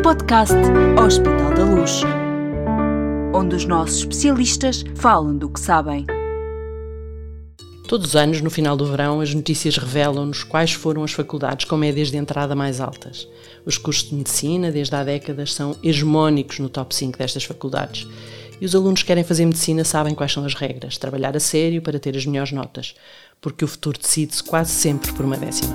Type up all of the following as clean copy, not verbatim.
podcast Hospital da Luz, onde os nossos especialistas falam do que sabem. Todos os anos, no final do verão, as notícias revelam-nos quais foram as faculdades com médias de entrada mais altas. Os cursos de medicina, desde há décadas, são hegemónicos no top 5 destas faculdades. E os alunos que querem fazer medicina sabem quais são as regras, trabalhar a sério para ter as melhores notas, porque o futuro decide-se quase sempre por uma décima.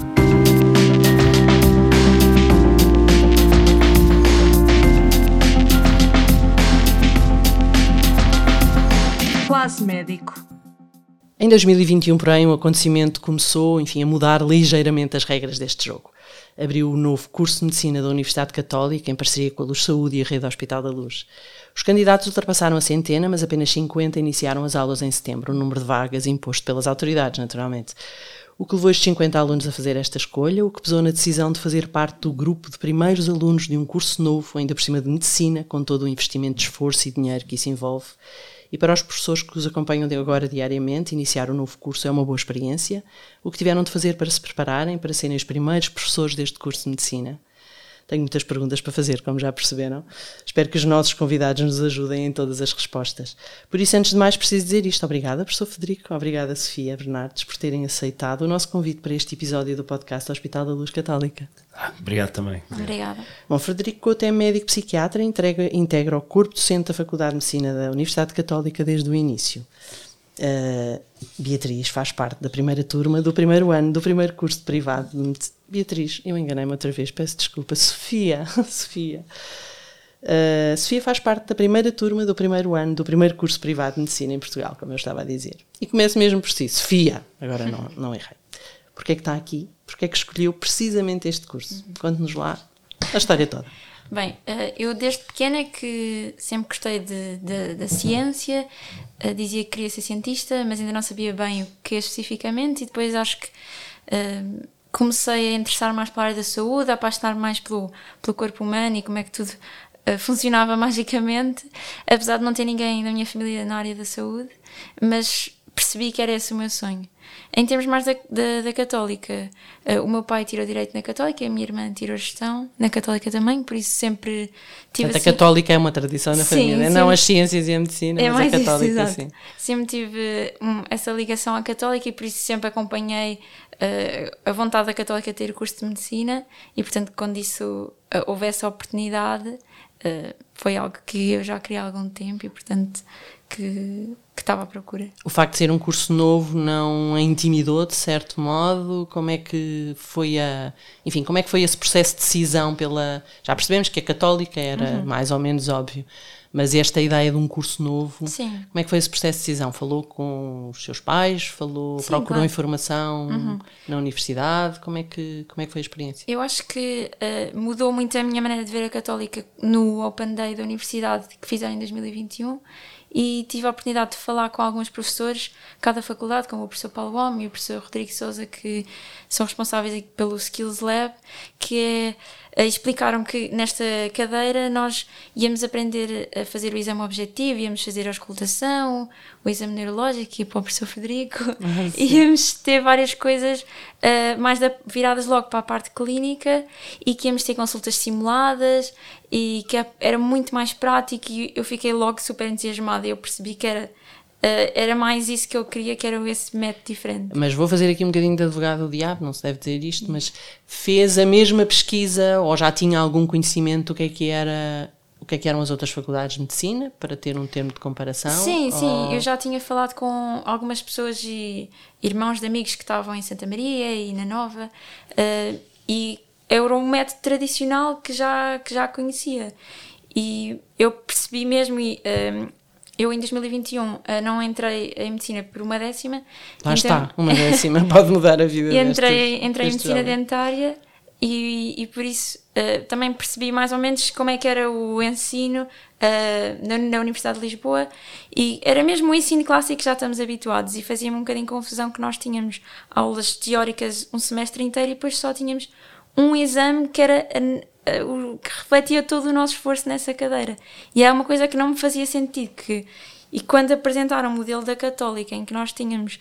Classe médico. Em 2021, porém, o acontecimento começou, a mudar ligeiramente as regras deste jogo. Abriu o novo curso de Medicina da Universidade Católica, em parceria com a Luz Saúde e a Rede Hospital da Luz. Os candidatos ultrapassaram a centena, mas apenas 50 iniciaram as aulas em setembro, um número de vagas imposto pelas autoridades, naturalmente. O que levou estes 50 alunos a fazer esta escolha, o que pesou na decisão de fazer parte do grupo de primeiros alunos de um curso novo, ainda por cima de medicina, com todo o investimento de esforço e dinheiro que isso envolve. E para os professores que os acompanham de agora diariamente, iniciar o novo curso é uma boa experiência. O que tiveram de fazer para se prepararem, para serem os primeiros professores deste curso de medicina? Tenho muitas perguntas para fazer, como já perceberam. Espero que os nossos convidados nos ajudem em todas as respostas. Por isso, antes de mais, preciso dizer isto. Obrigada, professor Federico. Obrigada, Sofia Bernardes, por terem aceitado o nosso convite para este episódio do podcast Hospital da Luz Católica. Obrigado também. Obrigada. Bom, Frederico Couto é médico psiquiatra e integra o corpo docente da Faculdade de Medicina da Universidade Católica desde o início. Beatriz faz parte da primeira turma do primeiro ano do primeiro curso de privado de medicina. Beatriz, eu enganei-me outra vez, peço desculpa. Sofia faz parte da primeira turma do primeiro ano do primeiro curso privado de medicina em Portugal, como eu estava a dizer. E começo mesmo por si. Sofia, agora não errei. Porquê é que está aqui? Porquê é que escolheu precisamente este curso? Conte-nos lá a história toda. Bem, eu desde pequena que sempre gostei da ciência, dizia que queria ser cientista, mas ainda não sabia bem o que especificamente, e depois acho que comecei a interessar mais pela área da saúde, a apaixonar mais pelo corpo humano e como é que tudo funcionava magicamente, apesar de não ter ninguém da minha família na área da saúde, mas percebi que era esse o meu sonho. Em termos mais da Católica, o meu pai tirou Direito na Católica e a minha irmã tirou Gestão na Católica também, por isso sempre tive Portanto, a Católica é uma tradição na família, não as ciências e a medicina, mas a Católica sim. Sempre tive essa ligação à Católica e por isso sempre acompanhei a vontade da Católica de ter o curso de Medicina e, portanto, quando isso houve essa oportunidade, foi algo que eu já queria há algum tempo e, portanto, que estava à procura. O facto de ser um curso novo não a intimidou de certo modo? Como é que foi como é que foi esse processo de decisão já percebemos que a Católica era mais ou menos óbvio, mas esta ideia de um curso novo, Sim. Como é que foi esse processo de decisão? Falou com os seus pais? Procurou claro. Informação na universidade? Como é que foi a experiência? Eu acho que mudou muito a minha maneira de ver a Católica no Open Day da universidade que fizeram em 2021 e tive a oportunidade de falar com alguns professores, cada faculdade, como o professor Paulo Gomes e o professor Rodrigo Sousa, que são responsáveis pelo Skills Lab, que explicaram que nesta cadeira nós íamos aprender a fazer o exame objetivo, íamos fazer a auscultação, o exame neurológico, e para o professor Frederico, íamos ter várias coisas mais viradas logo para a parte clínica e que íamos ter consultas simuladas e que era muito mais prático e eu fiquei logo super entusiasmada e eu percebi que era mais isso que eu queria, que era esse método diferente. Mas vou fazer aqui um bocadinho de advogado do diabo, não se deve dizer isto, mas fez a mesma pesquisa ou já tinha algum conhecimento do que é que eram as outras faculdades de medicina, para ter um termo de comparação? Sim, eu já tinha falado com algumas pessoas e irmãos de amigos que estavam em Santa Maria e na Nova, e era um método tradicional que já conhecia. E eu percebi mesmo, eu em 2021 não entrei em medicina por uma décima. Lá está, uma décima pode mudar a vida. Entrei em medicina dentária e por isso também percebi mais ou menos como é que era o ensino na Universidade de Lisboa e era mesmo o ensino clássico que já estamos habituados e fazia-me um bocadinho confusão que nós tínhamos aulas teóricas um semestre inteiro e depois só tínhamos um exame que era o que refletia todo o nosso esforço nessa cadeira. E é uma coisa que não me fazia sentido. E quando apresentaram o modelo da Católica, em que nós tínhamos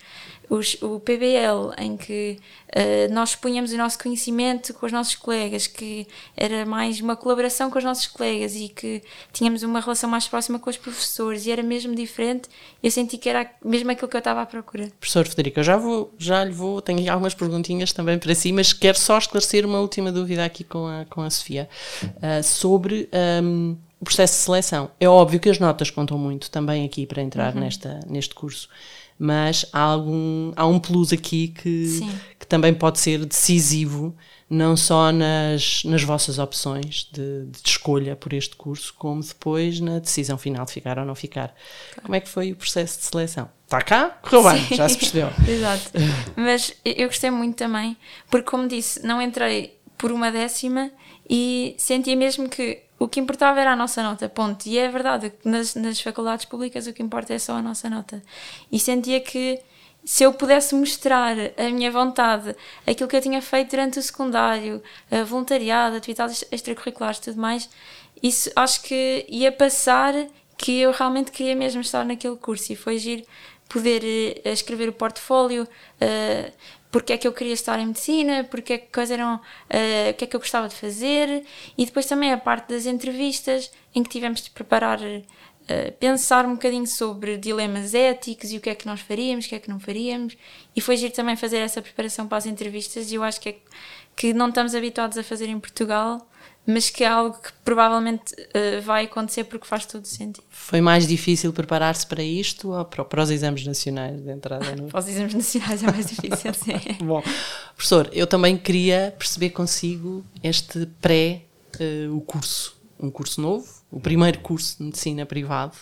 o PBL, em que nós expunhamos o nosso conhecimento com os nossos colegas, que era mais uma colaboração com os nossos colegas e que tínhamos uma relação mais próxima com os professores e era mesmo diferente, eu senti que era mesmo aquilo que eu estava à procura. Professor Federico, eu tenho aqui algumas perguntinhas também para si, mas quero só esclarecer uma última dúvida aqui com a Sofia, sobre o processo de seleção. É óbvio que as notas contam muito também aqui para entrar neste curso, mas há um plus aqui que também pode ser decisivo, não só nas vossas opções de escolha por este curso, como depois na decisão final de ficar ou não ficar. Como é que foi o processo de seleção? Está cá? Correu bem, já se percebeu. Exato. Mas eu gostei muito também, porque como disse, não entrei por uma 10ª e sentia mesmo que o que importava era a nossa nota, ponto. E é verdade, nas faculdades públicas o que importa é só a nossa nota. E sentia que se eu pudesse mostrar a minha vontade, aquilo que eu tinha feito durante o secundário, voluntariado, atividades extracurriculares e tudo mais, isso acho que ia passar que eu realmente queria mesmo estar naquele curso. E foi giro poder escrever o portfólio, porque é que eu queria estar em medicina, porque é que o que é que eu gostava de fazer, e depois também a parte das entrevistas, em que tivemos de preparar, pensar um bocadinho sobre dilemas éticos e o que é que nós faríamos, o que é que não faríamos, e foi giro também fazer essa preparação para as entrevistas, e eu acho que não estamos habituados a fazer em Portugal, mas que é algo que provavelmente vai acontecer porque faz todo sentido. Foi mais difícil preparar-se para isto ou para os exames nacionais de entrada? Para os exames nacionais é mais difícil, sim. Bom, professor, eu também queria perceber consigo este o curso, um curso novo, o primeiro curso de medicina privado.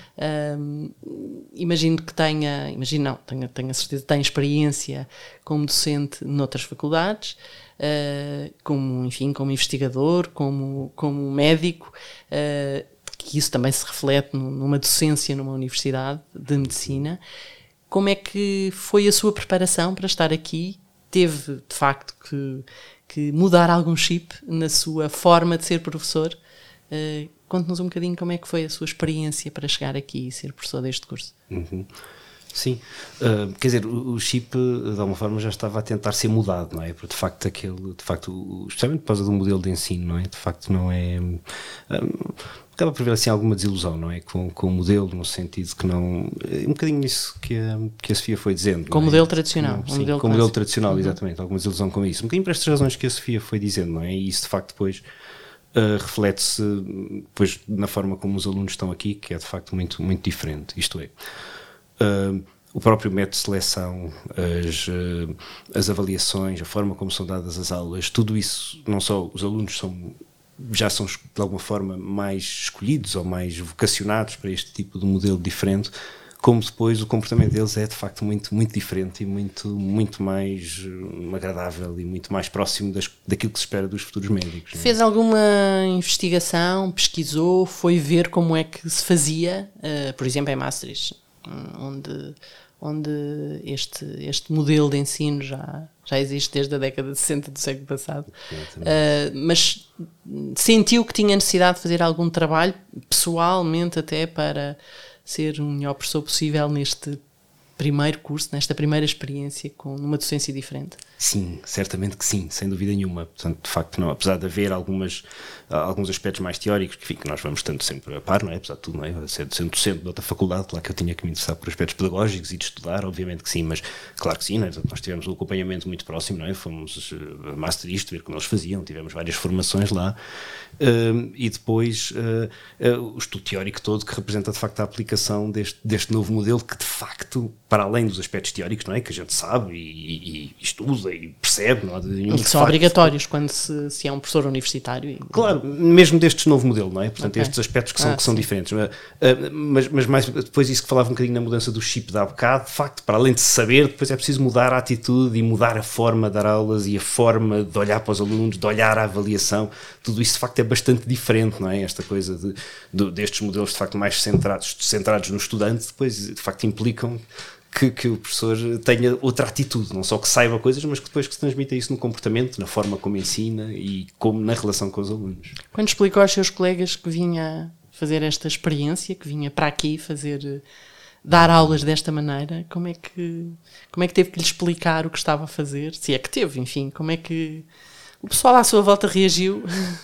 Imagino que tenho a certeza que tem experiência como docente noutras faculdades, como investigador, como médico, que isso também se reflete numa docência numa universidade de medicina. Como é que foi a sua preparação para estar aqui? Teve, de facto, que mudar algum chip na sua forma de ser professor? Conte-nos um bocadinho como é que foi a sua experiência para chegar aqui e ser professor deste curso. Sim, quer dizer, o chip de alguma forma já estava a tentar ser mudado, não é? Porque de facto especialmente por causa do modelo de ensino, não é? De facto não é... acaba por haver assim alguma desilusão, não é? Com o modelo, no sentido que não... um bocadinho isso que a Sofia foi dizendo. Com o modelo tradicional. Sim, com o modelo tradicional, exatamente. Alguma desilusão com isso. Um bocadinho por estas razões que a Sofia foi dizendo, não é? E isso de facto depois... reflete-se depois na forma como os alunos estão aqui, que é de facto muito, muito diferente. Isto é, o próprio método de seleção, as avaliações, a forma como são dadas as aulas, tudo isso, não só os alunos já são de alguma forma mais escolhidos ou mais vocacionados para este tipo de modelo diferente, como depois o comportamento deles é de facto muito, muito diferente e muito, muito mais agradável e muito mais próximo daquilo que se espera dos futuros médicos. Fez alguma investigação, pesquisou, foi ver como é que se fazia, por exemplo, em Maastricht, onde este modelo de ensino já existe desde a década de 60 do século passado, mas sentiu que tinha necessidade de fazer algum trabalho, pessoalmente até, para ser o melhor professor possível neste primeiro curso, nesta primeira experiência com uma docência diferente? Sim, certamente que sim, sem dúvida nenhuma. Portanto, de facto, não, apesar de haver alguns aspectos mais teóricos, que nós vamos estando sempre a par, não é? Apesar de tudo, não é? Sendo docente de outra faculdade, lá que eu tinha que me interessar por aspectos pedagógicos e de estudar, obviamente que sim, mas claro que sim, não é? Nós tivemos um acompanhamento muito próximo, não é? Fomos a Maastricht, ver como eles faziam, tivemos várias formações lá, e depois o estudo teórico todo que representa de facto a aplicação deste novo modelo que de facto, para além dos aspectos teóricos, não é? Que a gente sabe e estuda e percebe, não há nenhum, e que são obrigatórios quando se é um professor universitário. Claro, mesmo deste novo modelo, não é? Portanto, estes aspectos que são diferentes. Mas mais depois isso que falava um bocadinho na mudança do chip de há bocado, de facto, para além de saber, depois é preciso mudar a atitude e mudar a forma de dar aulas e a forma de olhar para os alunos, de olhar a avaliação. Tudo isso, de facto, é bastante diferente, não é? Esta coisa destes modelos, de facto, mais centrados no estudante, depois, de facto, implicam que o professor tenha outra atitude, não só que saiba coisas, mas que depois que se transmita isso no comportamento, na forma como ensina e como na relação com os alunos. Quando explicou aos seus colegas que vinha fazer esta experiência, que vinha para aqui fazer dar aulas desta maneira, como é que teve que lhe explicar o que estava a fazer? Se é que teve, enfim, como é que o pessoal à sua volta reagiu?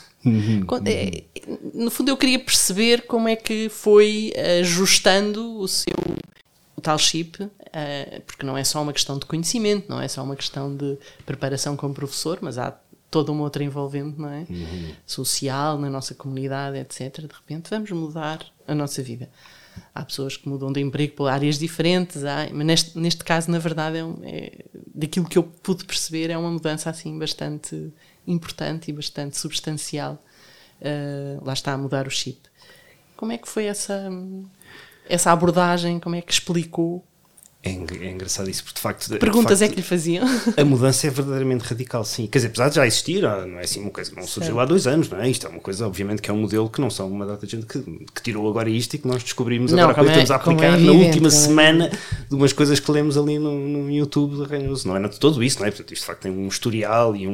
No fundo eu queria perceber como é que foi ajustando o tal chip, porque não é só uma questão de conhecimento, não é só uma questão de preparação como professor, mas há toda uma outra envolvente, não é? Social, na nossa comunidade, etc. De repente vamos mudar a nossa vida. Há pessoas que mudam de emprego por áreas diferentes, mas neste caso, na verdade, daquilo que eu pude perceber, é uma mudança assim bastante importante e bastante substancial. Lá está, a mudar o chip. Como é que foi essa abordagem? Como é que explicou? É engraçado isso, porque de facto... Perguntas que lhe faziam? A mudança é verdadeiramente radical, sim. Quer dizer, apesar de já existir, não é assim uma coisa que não surgiu há 2 anos, não é? Isto é uma coisa, obviamente, que é um modelo que não são uma data de gente que tirou agora isto e que nós descobrimos agora que estamos a aplicar na última semana de umas coisas que lemos ali no YouTube da Reinoso. Não é nada de todo isso, não é? Portanto, isto de facto tem um historial e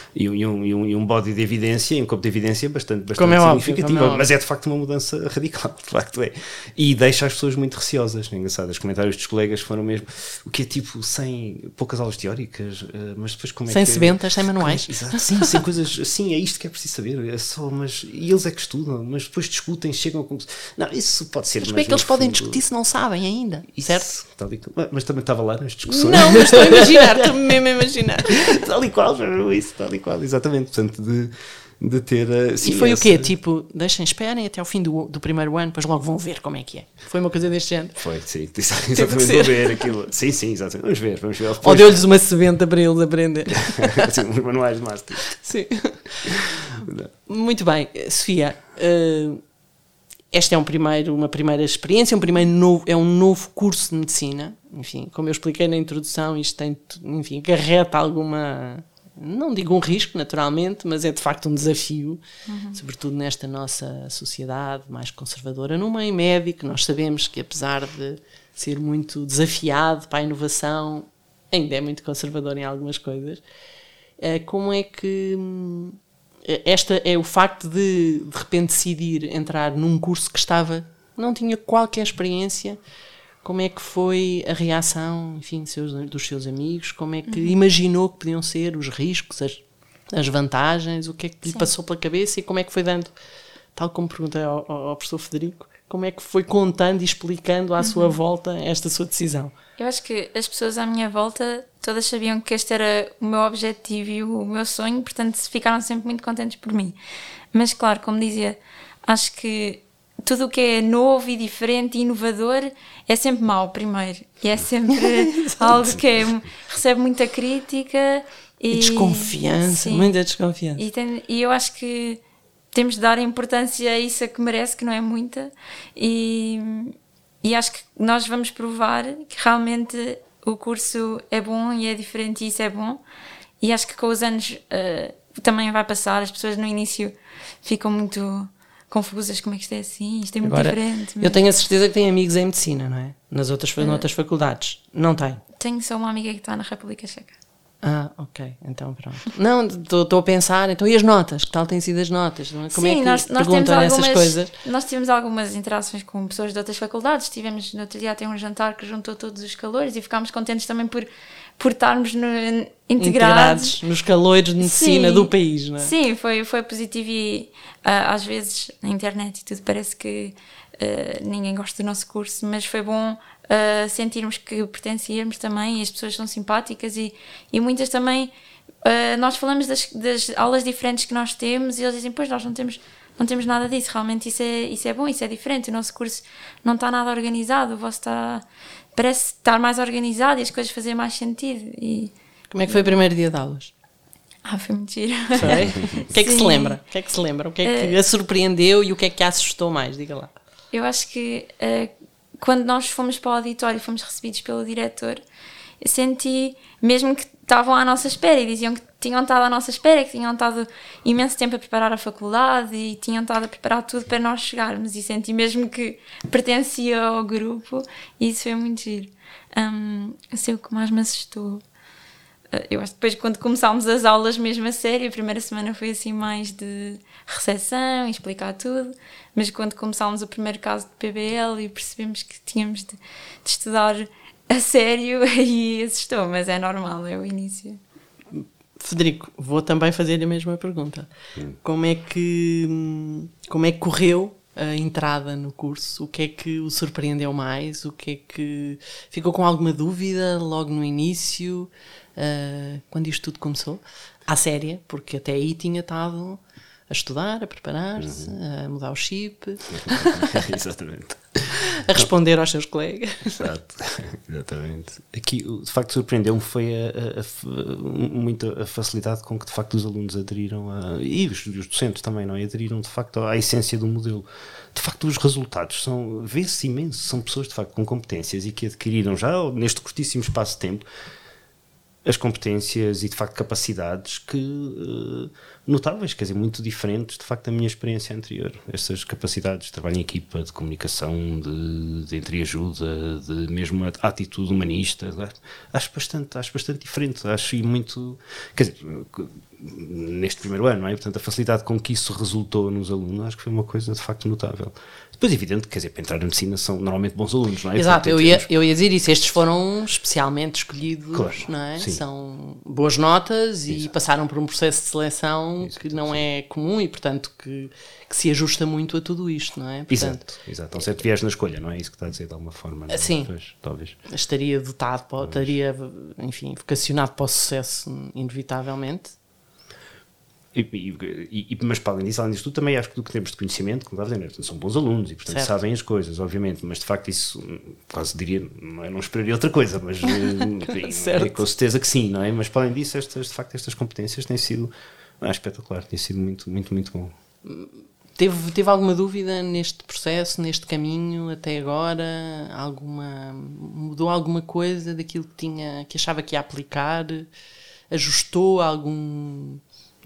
um body de evidência e um campo de evidência bastante significativo, mas é de facto uma mudança radical, de facto é. E deixa as pessoas muito receosas, é engraçado. Os comentários dos colegas foram mesmo, o que é tipo, sem poucas aulas teóricas, mas depois como é sem sebentas, sem manuais. Exato, sim, sem coisas, sim, é isto que é preciso saber, é só, e eles é que estudam, mas depois discutem, chegam como... Não, isso pode ser... Mas como é que eles podem discutir se não sabem ainda, isso, certo? Mas também estava lá nas discussões. Não, mas estou a imaginar, estou mesmo a imaginar. Tal e qual, exatamente, portanto, de ter... Sim, e foi o quê? Tipo, esperem até ao fim do primeiro ano, depois logo vão ver como é que é. Foi uma coisa deste género? Foi, sim. Exatamente, vão ver aquilo. Sim, exatamente. Vamos ver. Ou deu-lhes uma sebenta para eles aprender. Sim, uns manuais de master. Sim. Muito bem, Sofia. Esta é uma primeira experiência, é um novo curso de medicina. Enfim, como eu expliquei na introdução, isto tem, enfim, acarreta alguma... Não digo um risco, naturalmente, mas é de facto um desafio, sobretudo nesta nossa sociedade mais conservadora, no meio médico. Nós sabemos que, apesar de ser muito desafiado para a inovação, ainda é muito conservador em algumas coisas. Como é que esta é o facto de repente decidir entrar num curso que não tinha qualquer experiência? Como é que foi a reação, enfim, dos seus amigos? Como é que imaginou que podiam ser os riscos, as vantagens? O que é que lhe passou pela cabeça e como é que foi dando, tal como perguntei ao professor Federico, como é que foi contando e explicando à sua volta esta sua decisão? Eu acho que as pessoas à minha volta todas sabiam que este era o meu objetivo e o meu sonho, portanto ficaram sempre muito contentes por mim. Mas claro, como dizia, acho que tudo o que é novo e diferente e inovador é sempre mau, primeiro. E é sempre algo que recebe muita crítica. E desconfiança, muita desconfiança. E eu acho que temos de dar a importância a isso que merece, que não é muita. E acho que nós vamos provar que realmente o curso é bom e é diferente e isso é bom. E acho que com os anos também vai passar. As pessoas no início ficam muito... confusas, como é que isto é assim, isto é muito diferente. Mas... Eu tenho a certeza que tem amigos em medicina, não é? Noutras faculdades. Não tem? Tenho só uma amiga que está na República Checa. Ok, então pronto. Não, estou a pensar, então e as notas? Que tal têm sido as notas? Como é que nós perguntam essas coisas? Nós tivemos algumas interações com pessoas de outras faculdades, tivemos no outro dia até um jantar que juntou todos os calores e ficámos contentes também por estarmos integrados nos calores de medicina do país, não é? Sim, foi positivo e às vezes na internet e tudo parece que ninguém gosta do nosso curso, mas foi bom sentirmos que pertencíamos também e as pessoas são simpáticas e muitas também, nós falamos das aulas diferentes que nós temos e eles dizem, pois nós não temos nada disso, realmente isso é bom, isso é diferente, o nosso curso não está nada organizado, o vosso parece estar mais organizado e as coisas fazerem mais sentido. Como é que foi o primeiro dia de aulas? Foi muito giro. Foi? O que é que se lembra? O que é que a surpreendeu e o que é que a assustou mais? Diga lá. Eu acho que quando nós fomos para o auditório e fomos recebidos pelo diretor, eu senti mesmo que estavam à nossa espera e diziam que tinham estado à nossa espera, que tinham estado imenso tempo a preparar a faculdade e tinham estado a preparar tudo para nós chegarmos e senti mesmo que pertencia ao grupo e isso foi muito giro. Sei o que mais me assustou. Eu acho que depois, quando começámos as aulas mesmo a sério, a primeira semana foi assim mais de recepção, explicar tudo, mas quando começámos o primeiro caso de PBL e percebemos que tínhamos de estudar a sério, aí assustou, mas é normal, é o início. Frederico, vou também fazer a mesma pergunta. Como é que correu a entrada no curso? O que é que o surpreendeu mais? O que é que ficou com alguma dúvida logo no início, quando isto tudo começou? À séria, porque até aí tinha estado a estudar, a preparar-se, a mudar o chip. Exatamente. A responder aos seus colegas. Exato, exatamente. Aqui, de facto, surpreendeu-me foi muito a facilidade com que, de facto, os alunos aderiram e os docentes também, não é? Aderiram, de facto, à essência do modelo. De facto, os resultados vê-se imenso, são pessoas, de facto, com competências e que adquiriram já, neste curtíssimo espaço de tempo, as competências e, de facto, capacidades notáveis, quer dizer, muito diferentes, de facto, da minha experiência anterior. Estas capacidades de trabalho em equipa, de comunicação, de entreajuda, de mesmo a atitude humanista, acho bastante diferente, acho muito, quer dizer, neste primeiro ano, não é? Portanto, a facilidade com que isso resultou nos alunos, acho que foi uma coisa, de facto, notável. Depois, evidente, quer dizer, para entrar na medicina são normalmente bons alunos, não é? Exato, eu ia dizer isso, estes foram especialmente escolhidos, claro, não é? Sim. São boas notas e passaram por um processo de seleção que não é comum e, portanto, que se ajusta muito a tudo isto, não é? Portanto, exato. Então, certo viés na escolha, não é isso que está a dizer de alguma forma, não é? Sim, talvez. Estaria dotado, estaria, enfim, vocacionado para o sucesso, inevitavelmente. Mas para além disso tudo, também acho que do que temos de conhecimento, como estava a dizer, são bons alunos e portanto sabem as coisas, obviamente, mas de facto isso quase diria, não esperaria outra coisa, mas com certeza que sim, não é? Mas para além disso, de facto estas competências têm sido espetacular, tem sido muito, muito, muito bom. Teve alguma dúvida neste processo, neste caminho até agora? Mudou alguma coisa daquilo que achava que ia aplicar? Ajustou algum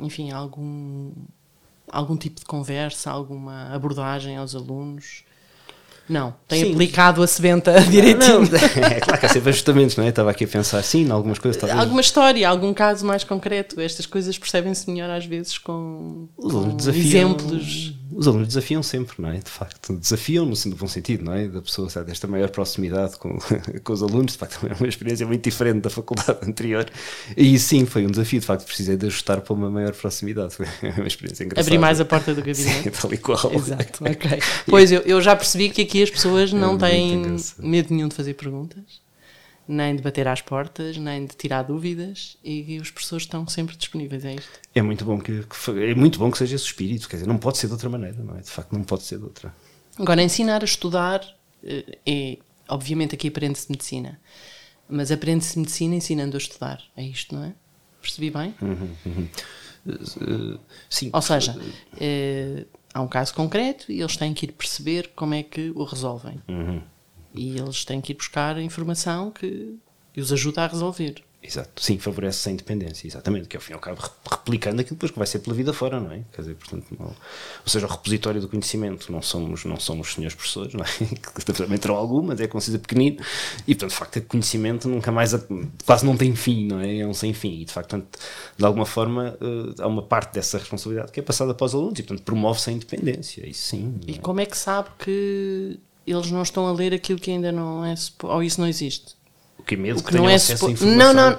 tipo de conversa, alguma abordagem aos alunos? Não, tem aplicado a sebenta direitinho. É claro que há sempre ajustamentos, não é? Estava aqui a pensar, sim, em algumas coisas. Talvez. Alguma história, algum caso mais concreto. Estas coisas percebem-se melhor às vezes com exemplos. Os alunos desafiam sempre, não é? De facto, desafiam no bom sentido, não é? Da pessoa, sabe, desta maior proximidade com os alunos. De facto, é uma experiência muito diferente da faculdade anterior. E sim, foi um desafio. De facto, precisei de ajustar para uma maior proximidade. Foi uma experiência engraçada. Abrir mais a porta do gabinete. Sim, tal e qual. Exato, ok. Pois, eu já percebi que aqui as pessoas não têm medo nenhum de fazer perguntas, nem de bater às portas, nem de tirar dúvidas, e os professores estão sempre disponíveis, é isto? É muito bom que seja esse espírito, quer dizer, não pode ser de outra maneira, não é? De facto, não pode ser de outra. Agora, ensinar a estudar obviamente aqui aprende-se medicina, mas aprende-se medicina ensinando a estudar, é isto, não é? Percebi bem? Sim. Ou seja, há um caso concreto e eles têm que ir perceber como é que o resolvem. E eles têm que ir buscar informação que os ajuda a resolver. Exato, sim, favorece a independência, exatamente, que ao fim e ao cabo replicando aquilo depois que vai ser pela vida fora, não é? Quer dizer, portanto, ou seja, o repositório do conhecimento não somos os senhores professores, não é? Que também terão algumas, é com certeza pequenino, e portanto, de facto, o conhecimento nunca mais, quase não tem fim, não é? É um sem fim, e de facto, de alguma forma, há uma parte dessa responsabilidade que é passada para os alunos, e portanto, promove-se a independência, isso sim. E como é que sabe que eles não estão a ler aquilo que ainda não é, ou isso não existe? O que é medo que não tenham é acesso à informação?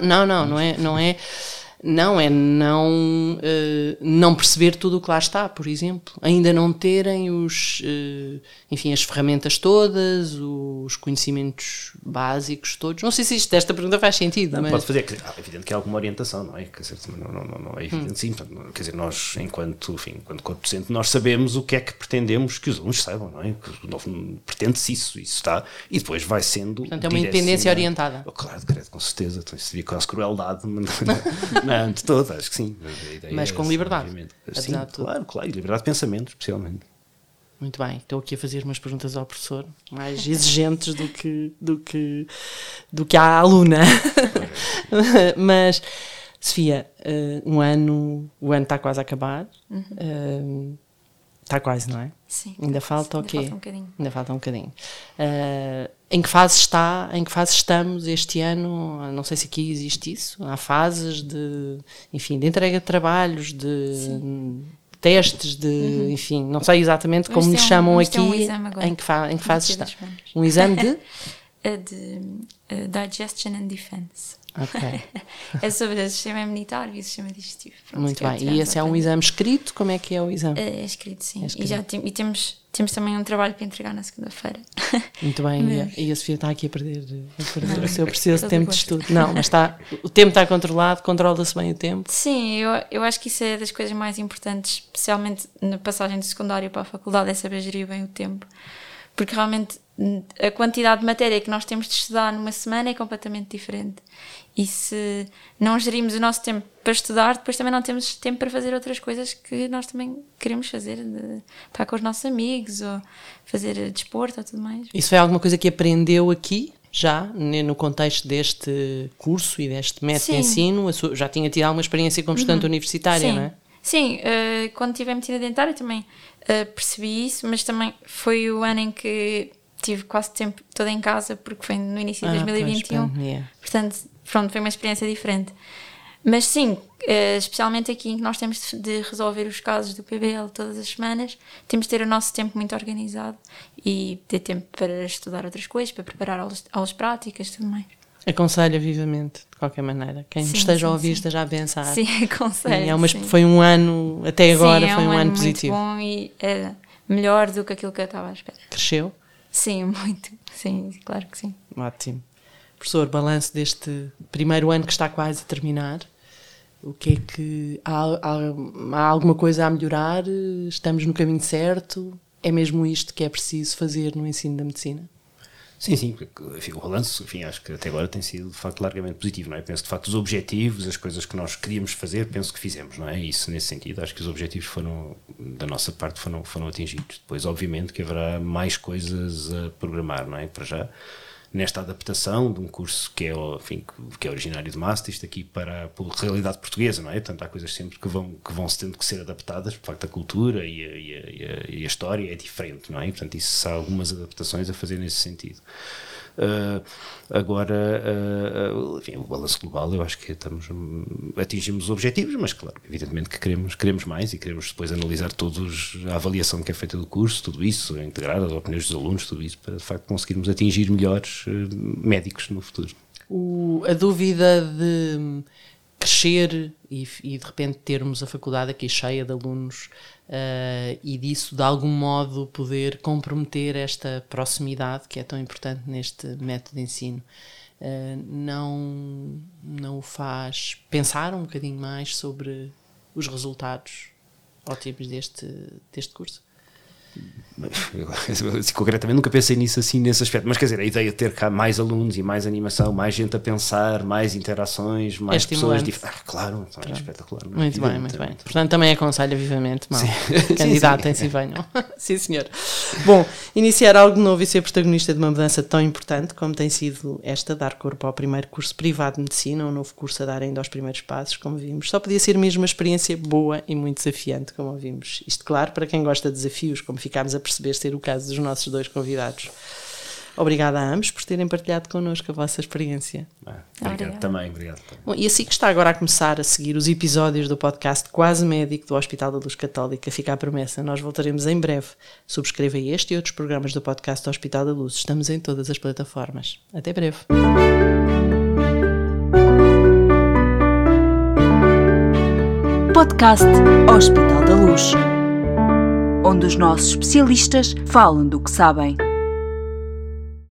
Não perceber tudo o que lá está, por exemplo. Ainda não terem as ferramentas todas, os conhecimentos básicos todos. Não sei se esta pergunta faz sentido. Não, mas... pode fazer, é evidente que há alguma orientação, não é? Quer dizer, não é evidente, sim. Quer dizer, nós, enquanto corpo docente, nós sabemos o que é que pretendemos que os alunos saibam, não é? Pretende-se isso está, e depois vai sendo... Portanto, é uma independência orientada. Claro, com certeza. Então, isso seria quase crueldade, não, de todo, acho que sim. Mas com liberdade. Sim, claro, e liberdade de pensamento, especialmente. Muito bem, estou aqui a fazer umas perguntas ao professor, mais exigentes do que à aluna. Mas, Sofia, o ano está quase a acabar. Está quase, não é? Sim. Ainda falta o quê? Ainda falta um bocadinho. Ainda falta um bocadinho. Em que fase está? Em que fase estamos este ano? Não sei se aqui existe isso. Há fases de entrega de trabalhos, de testes, enfim, não sei exatamente como lhe chamam aqui. Em que fase está? Um exame de? De Digestion and Defense. Ok. É sobre o sistema imunitário e o sistema digestivo. Pronto, muito bem. E esse é um exame escrito? Como é que é o exame? É escrito, sim. E temos também um trabalho para entregar na segunda-feira. Muito bem. E a Sofia está aqui a perder o seu precioso tempo de estudo. Não, mas o tempo está controlado, controla-se bem o tempo. Sim, eu acho que isso é das coisas mais importantes, especialmente na passagem do secundário para a faculdade, é saber gerir bem o tempo. Porque realmente a quantidade de matéria que nós temos de estudar numa semana é completamente diferente. E se não gerimos o nosso tempo para estudar, depois também não temos tempo para fazer outras coisas que nós também queremos fazer, estar com os nossos amigos ou fazer desporto ou tudo mais. Isso foi alguma coisa que aprendeu aqui, já, no contexto deste curso e deste método de ensino? Já tinha tido alguma experiência como estudante universitária, sim. Não é? Sim, quando tive a medicina dentária também percebi isso, mas também foi o ano em que tive quase o tempo todo em casa, porque foi no início de 2021. Portanto, pronto, foi uma experiência diferente. Mas sim, especialmente aqui em que nós temos de resolver os casos do PBL todas as semanas, temos de ter o nosso tempo muito organizado e ter tempo para estudar outras coisas, para preparar aulas práticas e tudo mais. Aconselho vivamente, de qualquer maneira. Quem esteja a ouvir esteja a pensar. Sim, aconselho. Foi um ano, até agora foi um ano positivo. Muito bom e é melhor do que aquilo que eu estava à espera. Cresceu? Sim, muito. Sim, claro que sim. Ótimo. Professor, balanço deste primeiro ano que está quase a terminar. O que é que... Há alguma coisa a melhorar? Estamos no caminho certo? É mesmo isto que é preciso fazer no ensino da medicina? Sim, o balanço, acho que até agora tem sido de facto largamente positivo, não é? Penso que de facto os objetivos, as coisas que nós queríamos fazer, penso que fizemos, não é? Isso nesse sentido, acho que os objetivos da nossa parte foram atingidos. Depois, obviamente, que haverá mais coisas a programar, não é? Para já, nesta adaptação de um curso que é originário de Maastricht aqui para a realidade portuguesa, não é? Portanto, há coisas sempre que vão tendo que ser adaptadas, por facto a cultura e a história é diferente, não é? E, portanto, isso há algumas adaptações a fazer nesse sentido. Agora, o balanço global, eu acho que atingimos os objetivos, mas claro, evidentemente que queremos mais e queremos depois analisar a avaliação que é feita do curso, tudo isso, integrar as opiniões dos alunos, tudo isso, para de facto conseguirmos atingir melhores médicos no futuro. A dúvida de crescer e de repente termos a faculdade aqui cheia de alunos e disso de algum modo poder comprometer esta proximidade que é tão importante neste método de ensino, não o faz pensar um bocadinho mais sobre os resultados ótimos deste curso? Concretamente nunca pensei nisso assim, nesse aspecto, mas quer dizer, a ideia de ter cá mais alunos e mais animação, mais gente a pensar, mais interações, mais pessoas claro, é espetacular. Muito bem. Portanto, também aconselho vivamente, candidatem-se e venham. Sim, senhor. Bom, iniciar algo novo e ser protagonista de uma mudança tão importante como tem sido esta, dar corpo ao primeiro curso privado de medicina, um novo curso a dar ainda aos primeiros passos, como vimos, só podia ser mesmo uma experiência boa e muito desafiante, como ouvimos. Isto, claro, para quem gosta de desafios, como ficámos a perceber ser o caso dos nossos dois convidados. Obrigada a ambos por terem partilhado connosco a vossa experiência. Obrigado também. Bom, e assim que está agora a começar a seguir os episódios do podcast Quase Médico do Hospital da Luz Católica, fica a promessa, nós voltaremos em breve. Subscreva este e outros programas do podcast do Hospital da Luz. Estamos em todas as plataformas. Até breve. Podcast Hospital da Luz, onde os nossos especialistas falam do que sabem.